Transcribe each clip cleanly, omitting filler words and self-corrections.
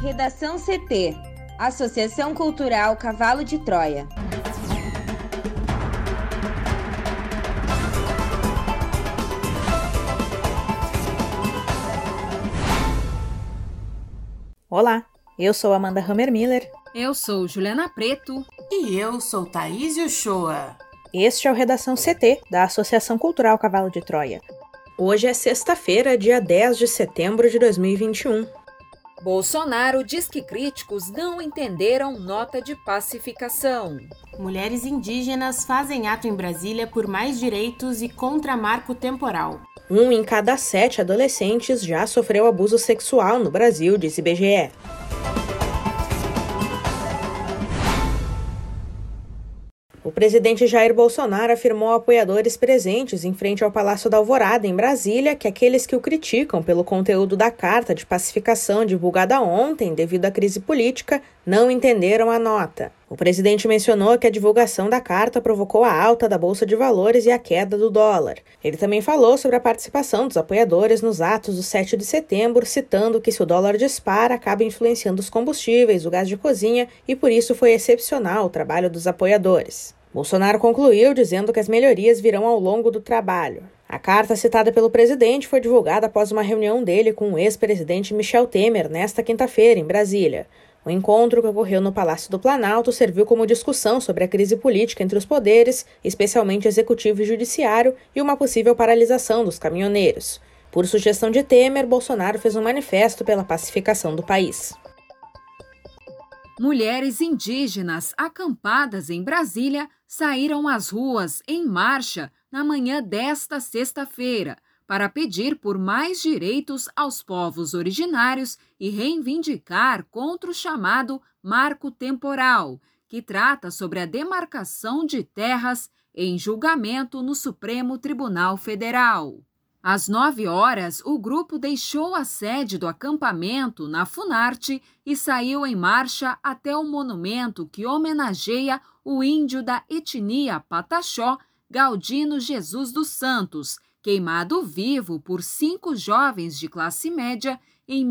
Redação CT, Associação Cultural Cavalo de Troia. Olá, eu sou Amanda Hammermiller. Eu sou Juliana Preto. E eu sou Thaís Uchoa. Este é o Redação CT, da Associação Cultural Cavalo de Troia. Hoje é sexta-feira, dia 10 de setembro de 2021. Bolsonaro diz que críticos não entenderam nota de pacificação. Mulheres indígenas fazem ato em Brasília por mais direitos e contra marco temporal. 1 em cada 7 adolescentes já sofreu abuso sexual no Brasil, diz IBGE. O presidente Jair Bolsonaro afirmou a apoiadores presentes em frente ao Palácio da Alvorada, em Brasília, que aqueles que o criticam pelo conteúdo da carta de pacificação divulgada ontem devido à crise política não entenderam a nota. O presidente mencionou que a divulgação da carta provocou a alta da Bolsa de Valores e a queda do dólar. Ele também falou sobre a participação dos apoiadores nos atos do 7 de setembro, citando que se o dólar dispara, acaba influenciando os combustíveis, o gás de cozinha e por isso foi excepcional o trabalho dos apoiadores. Bolsonaro concluiu dizendo que as melhorias virão ao longo do trabalho. A carta citada pelo presidente foi divulgada após uma reunião dele com o ex-presidente Michel Temer nesta quinta-feira, em Brasília. O encontro, que ocorreu no Palácio do Planalto, serviu como discussão sobre a crise política entre os poderes, especialmente executivo e judiciário, e uma possível paralisação dos caminhoneiros. Por sugestão de Temer, Bolsonaro fez um manifesto pela pacificação do país. Mulheres indígenas acampadas em Brasília saíram às ruas em marcha na manhã desta sexta-feira para pedir por mais direitos aos povos originários e reivindicar contra o chamado marco temporal, que trata sobre a demarcação de terras em julgamento no Supremo Tribunal Federal. Às 9 horas, o grupo deixou a sede do acampamento na Funarte e saiu em marcha até o monumento que homenageia o índio da etnia Pataxó, Galdino Jesus dos Santos, queimado vivo por 5 jovens de classe média em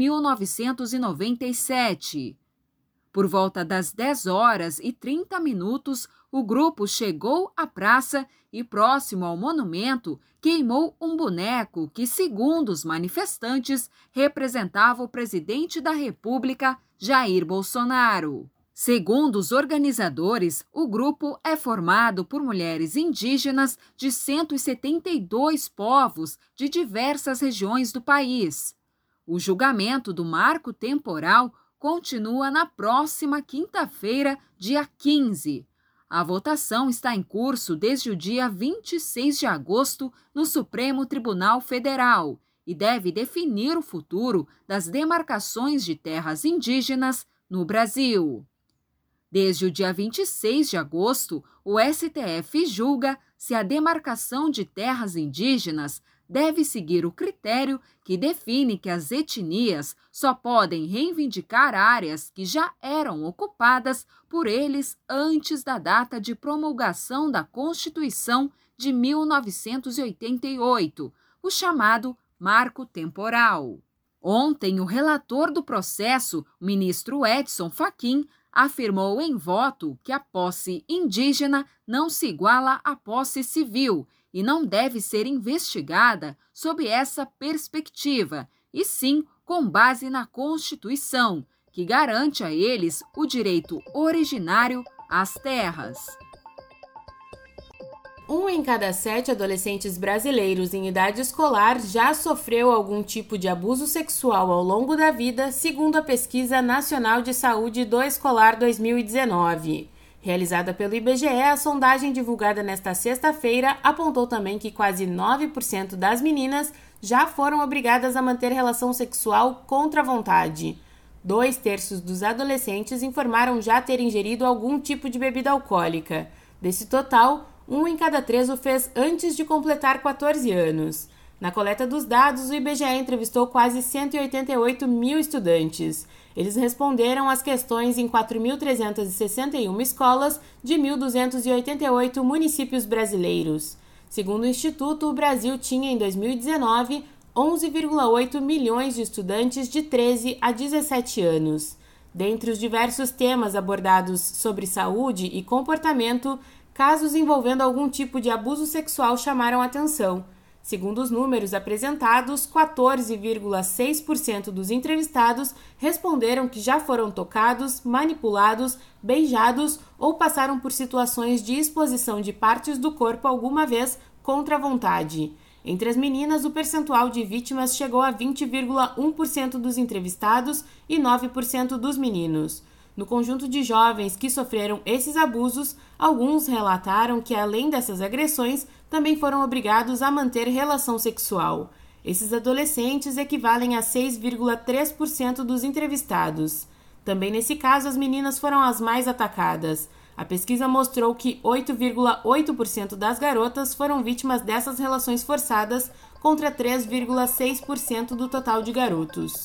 1997. Por volta das 10 horas e 30 minutos, o grupo chegou à praça e, próximo ao monumento, queimou um boneco que, segundo os manifestantes, representava o presidente da República, Jair Bolsonaro. Segundo os organizadores, o grupo é formado por mulheres indígenas de 172 povos de diversas regiões do país. O julgamento do marco temporal continua na próxima quinta-feira, dia 15. A votação está em curso desde o dia 26 de agosto no Supremo Tribunal Federal e deve definir o futuro das demarcações de terras indígenas no Brasil. Desde o dia 26 de agosto, o STF julga se a demarcação de terras indígenas deve seguir o critério que define que as etnias só podem reivindicar áreas que já eram ocupadas por eles antes da data de promulgação da Constituição de 1988, o chamado Marco Temporal. Ontem, o relator do processo, o ministro Edson Fachin, afirmou em voto que a posse indígena não se iguala à posse civil e não deve ser investigada sob essa perspectiva, e sim com base na Constituição, que garante a eles o direito originário às terras. 1 em cada 7 adolescentes brasileiros em idade escolar já sofreu algum tipo de abuso sexual ao longo da vida, segundo a Pesquisa Nacional de Saúde do Escolar 2019. Realizada pelo IBGE, a sondagem divulgada nesta sexta-feira apontou também que quase 9% das meninas já foram obrigadas a manter relação sexual contra a vontade. 2/3 dos adolescentes informaram já ter ingerido algum tipo de bebida alcoólica. Desse total, 1 em cada 3 o fez antes de completar 14 anos. Na coleta dos dados, o IBGE entrevistou quase 188 mil estudantes. Eles responderam às questões em 4.361 escolas de 1.288 municípios brasileiros. Segundo o Instituto, o Brasil tinha em 2019 11,8 milhões de estudantes de 13 a 17 anos. Dentre os diversos temas abordados sobre saúde e comportamento, casos envolvendo algum tipo de abuso sexual chamaram atenção. Segundo os números apresentados, 14,6% dos entrevistados responderam que já foram tocados, manipulados, beijados ou passaram por situações de exposição de partes do corpo alguma vez contra a vontade. Entre as meninas, o percentual de vítimas chegou a 20,1% dos entrevistados e 9% dos meninos. No conjunto de jovens que sofreram esses abusos, alguns relataram que, além dessas agressões, também foram obrigados a manter relação sexual. Esses adolescentes equivalem a 6,3% dos entrevistados. Também nesse caso, as meninas foram as mais atacadas. A pesquisa mostrou que 8,8% das garotas foram vítimas dessas relações forçadas, contra 3,6% do total de garotos.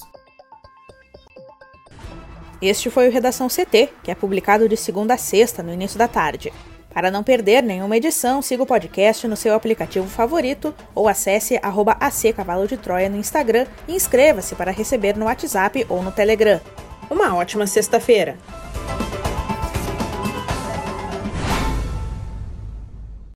Este foi o Redação CT, que é publicado de segunda a sexta, no início da tarde. Para não perder nenhuma edição, siga o podcast no seu aplicativo favorito ou acesse @ACCavalodeTroia no Instagram e inscreva-se para receber no WhatsApp ou no Telegram. Uma ótima sexta-feira!